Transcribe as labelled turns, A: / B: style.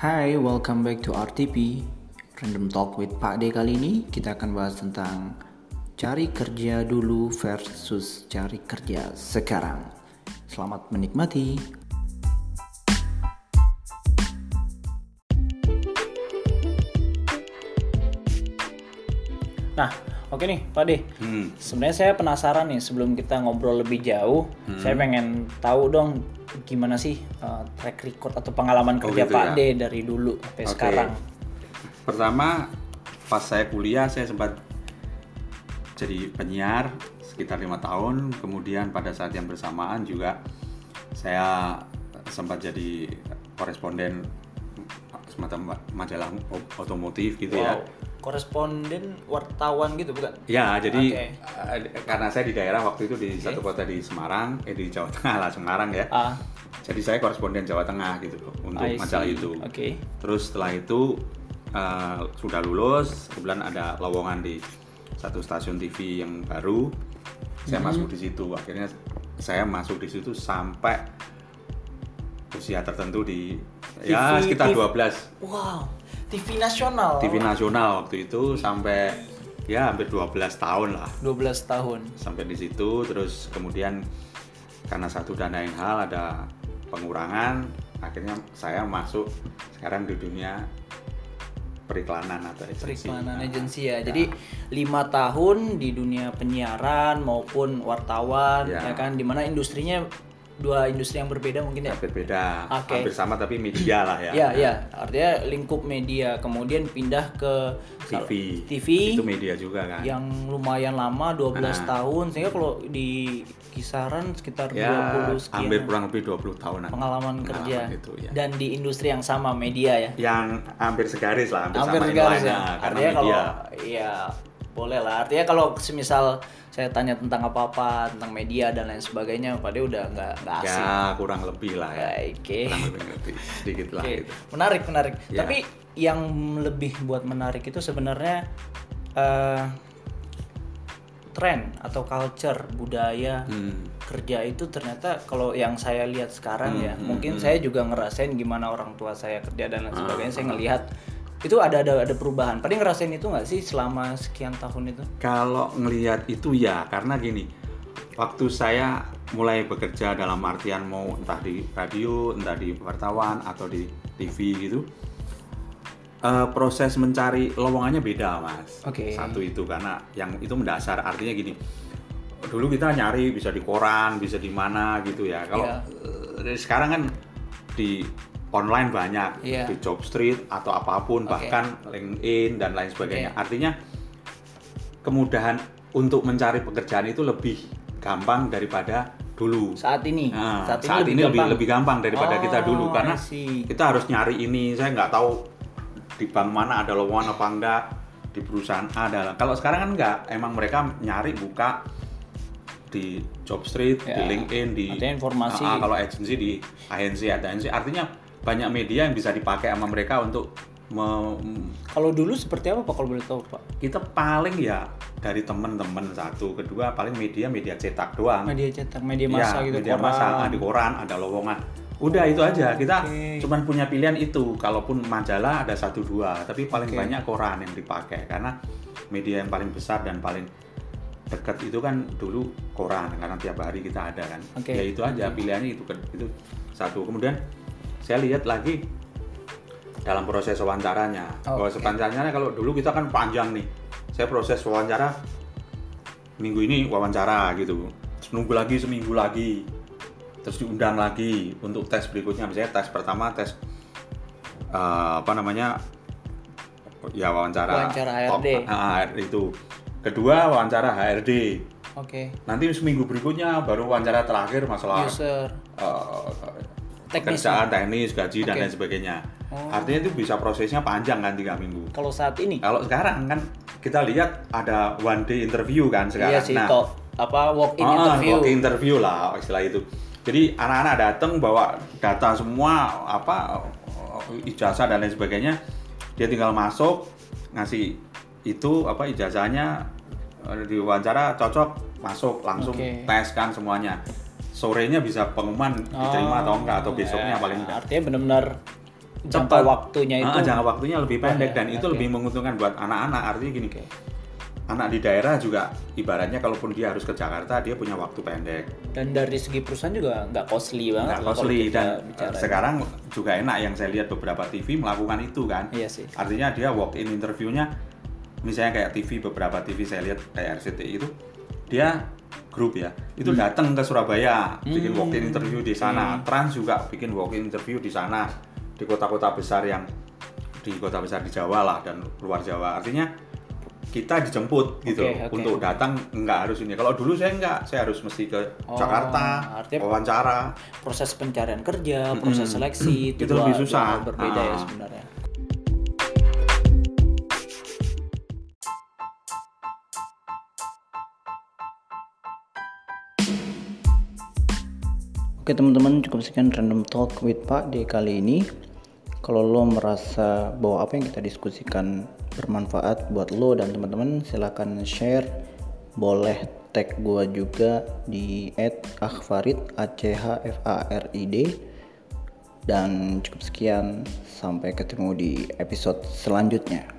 A: Hai, welcome back to RTP Random Talk with Pak D. Kali ini kita akan bahas tentang cari kerja dulu versus cari kerja sekarang. Selamat menikmati. Nah, oke nih Pak D. Sebenarnya saya penasaran nih, sebelum kita ngobrol lebih jauh, saya pengen tahu dong gimana sih track record atau pengalaman kerja
B: gitu
A: Pak
B: ya?
A: D dari dulu sampai sekarang.
B: Pertama, pas saya kuliah saya sempat jadi penyiar sekitar 5 tahun. Kemudian pada saat yang bersamaan juga saya sempat jadi koresponden semacam majalah otomotif gitu ya.
A: Koresponden wartawan gitu bukan?
B: Ya, jadi
A: Oke.
B: karena saya di daerah waktu itu di satu kota di Semarang, di Jawa Tengah lah, Semarang ya. Jadi saya koresponden Jawa Tengah gitu loh untuk
A: I
B: majalah
A: see.
B: itu.
A: Oke.
B: Terus setelah itu sudah lulus, kemudian ada lowongan di satu stasiun TV yang baru. Saya masuk di situ. Akhirnya saya masuk di situ sampai usia tertentu di ya sekitar 12.
A: Wow, TV nasional.
B: TV nasional waktu itu sampai ya hampir 12 tahun lah.
A: 12 tahun.
B: Sampai di situ, terus kemudian karena satu dan lain hal ada pengurangan, akhirnya saya masuk sekarang di dunia periklanan atau agensi.
A: Periklanan agensi ya. Jadi 5 tahun di dunia penyiaran maupun wartawan ya kan, dimana industrinya dua industri yang berbeda mungkin ya.
B: Berbeda,
A: Oke.
B: hampir sama tapi media lah ya.
A: Ya, artinya lingkup media, kemudian pindah ke TV
B: Itu media juga kan.
A: yang lumayan lama 12 tahun, sehingga kalau di kisaran sekitar 20 sekian
B: hampir kurang lebih 20 tahunan
A: pengalaman kerja
B: itu, ya.
A: dan di industri yang sama, media ya.
B: Yang hampir segaris lah, hampir sama
A: Segaris
B: inline-nya,
A: ya.
B: karena
A: Artinya
B: media.
A: kalau ya boleh lah. Artinya kalau semisal saya tanya tentang apa-apa tentang media dan lain sebagainya, Pak De udah nggak asing.
B: Ya kurang lebih lah ya.
A: Oke.
B: Kurang lebih ngerti sedikit lah gitu.
A: Menarik.
B: Ya.
A: Tapi yang lebih buat menarik itu sebenarnya tren atau culture budaya kerja itu ternyata kalau yang saya lihat sekarang ya, mungkin saya juga ngerasain gimana orang tua saya kerja dan lain sebagainya. Saya ngelihat itu ada perubahan. Pada ngerasain itu nggak sih selama sekian tahun itu?
B: Kalau ngelihat itu ya, karena gini, waktu saya mulai bekerja dalam artian mau entah di radio, entah di wartawan atau di TV gitu, proses mencari lowongannya beda mas.
A: Oke.
B: Satu itu karena yang itu mendasar, artinya gini, dulu kita nyari bisa di koran, bisa di mana gitu ya. Kalau sekarang kan di online banyak, di Jobstreet atau apapun, bahkan LinkedIn dan lain sebagainya. Artinya kemudahan untuk mencari pekerjaan itu lebih gampang daripada dulu.
A: Saat ini
B: lebih gampang daripada kita dulu, karena kita harus nyari ini. Saya nggak tahu di bank mana ada lowongan apa enggak, di perusahaan ada. Kalau sekarang kan enggak, emang mereka nyari buka di Jobstreet, di LinkedIn, di
A: informasi.
B: Kalau agensi di agensi ada agensi, artinya banyak media yang bisa dipakai sama mereka untuk
A: Kalau dulu seperti apa Pak, kalau boleh tahu Pak?
B: Kita paling ya dari teman-teman satu, kedua paling media cetak doang.
A: Media cetak, media massa gitu.
B: Media massa, di koran ada lowongan. Udah itu aja, kita cuman punya pilihan itu. Kalaupun majalah ada 1-2, tapi paling banyak koran yang dipakai karena media yang paling besar dan paling dekat itu kan dulu koran, karena tiap hari kita ada kan. Ya itu aja pilihannya itu satu. Kemudian saya lihat lagi dalam proses wawancaranya. Proses wawancaranya kalau dulu kita kan panjang nih. Saya proses wawancara minggu ini wawancara gitu. Terus nunggu lagi seminggu lagi. Terus diundang lagi untuk tes berikutnya. Misalnya tes pertama tes wawancara
A: HRD.
B: Itu. Kedua wawancara HRD. Nanti seminggu berikutnya baru wawancara terakhir masalah
A: user.
B: Pekerjaan teknis, gaji dan lain sebagainya. Artinya itu bisa prosesnya panjang kan 3 minggu.
A: Kalau saat ini?
B: Kalau sekarang kan kita lihat ada one day interview kan sekarang.
A: Iya sih, walk-in interview.
B: Walk-in interview lah istilah itu. Jadi anak-anak datang bawa data semua, ijazah dan lain sebagainya. Dia tinggal masuk, ngasih itu ijazahnya, diwawancara cocok, masuk langsung tes kan semuanya. Sorenya bisa pengumuman diterima atau enggak, atau besoknya paling enggak.
A: Artinya benar-benar jangka waktunya itu
B: jangka waktunya lebih pendek dan itu
A: oke.
B: lebih menguntungkan buat anak-anak. Artinya gini, anak di daerah juga ibaratnya kalaupun dia harus ke Jakarta dia punya waktu pendek.
A: Dan dari segi perusahaan juga nggak costly banget.
B: Nggak costly dan
A: bicara
B: sekarang juga enak yang saya lihat beberapa TV melakukan itu kan.
A: Iya sih.
B: Artinya dia walk-in interviewnya misalnya kayak beberapa TV saya lihat kayak RCTI itu dia grup ya itu datang ke Surabaya bikin walk-in interview di sana. Trans juga bikin walk-in interview di sana di kota-kota besar di Jawa lah dan luar Jawa. Artinya kita dijemput gitu untuk datang, nggak harus ini. Kalau dulu saya nggak, saya harus mesti ke Jakarta wawancara.
A: Proses pencarian kerja, proses seleksi
B: itu lebih susah,
A: berbeda ya sebenarnya. Oke teman-teman, cukup sekian Random Talk with Pak di kali ini. Kalau lo merasa bahwa apa yang kita diskusikan bermanfaat buat lo dan teman-teman, silakan share. Boleh tag gua juga di @akhfarid ACHFARID. Dan cukup sekian, sampai ketemu di episode selanjutnya.